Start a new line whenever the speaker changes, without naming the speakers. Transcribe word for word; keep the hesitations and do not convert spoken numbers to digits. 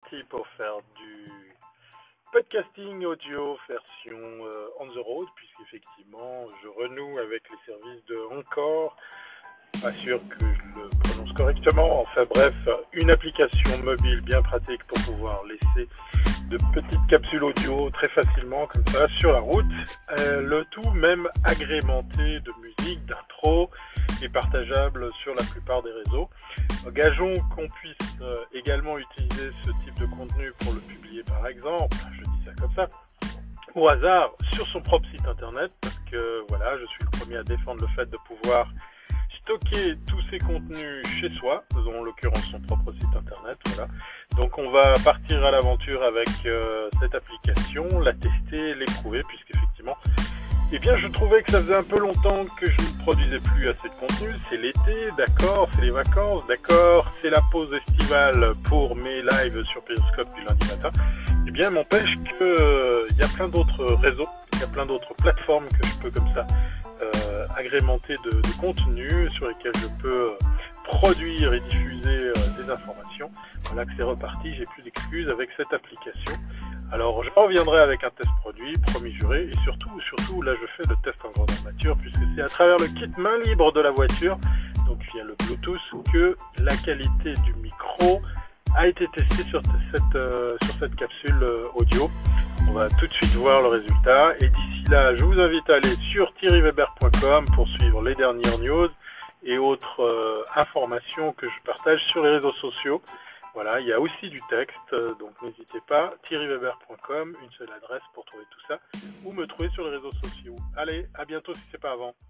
parti pour faire du podcasting audio version euh, on the road, puisqu'effectivement je renoue avec les services de Encore. Pas sûr que je le prononce correctement. Enfin bref, une application mobile bien pratique pour pouvoir laisser de petites capsules audio très facilement comme ça sur la route. Euh, le tout même agrémenté de musique, d'intro et partageable sur la plupart des réseaux. Gageons qu'on puisse euh, également utiliser ce type de contenu pour le publier par exemple, je dis ça comme ça, au hasard sur son propre site internet, parce que voilà, je suis le premier à défendre le fait de pouvoir stocker tous ces contenus chez soi, en l'occurrence son propre site internet, voilà. Donc on va partir à l'aventure avec euh, cette application, la tester, l'éprouver, puisqu'effectivement, eh bien je trouvais que ça faisait un peu longtemps que je ne produisais plus assez de contenu. C'est l'été, d'accord, c'est les vacances, d'accord, c'est la pause estivale pour mes lives sur Periscope du lundi matin. Eh bien m'empêche que euh, il y a plein d'autres réseaux, il y a plein d'autres plateformes que je peux comme ça Euh, agrémenté de, de contenu sur lesquels je peux produire et diffuser euh, des informations. Voilà que c'est reparti, j'ai plus d'excuses avec cette application. Alors je reviendrai avec un test produit, promis juré, et surtout, surtout là je fais le test en grandeur nature, puisque c'est à travers le kit main libre de la voiture, donc via le Bluetooth, que la qualité du micro a été testée sur cette, euh, sur cette capsule euh, audio. On va tout de suite voir le résultat, et d'ici là je vous invite à aller sur thierry weber point com pour suivre les dernières news et autres euh, informations que je partage sur les réseaux sociaux. Voilà, il y a aussi du texte, euh, donc n'hésitez pas, thierry weber point com, une seule adresse pour trouver tout ça, ou me trouver sur les réseaux sociaux. Allez, à bientôt si c'est pas avant.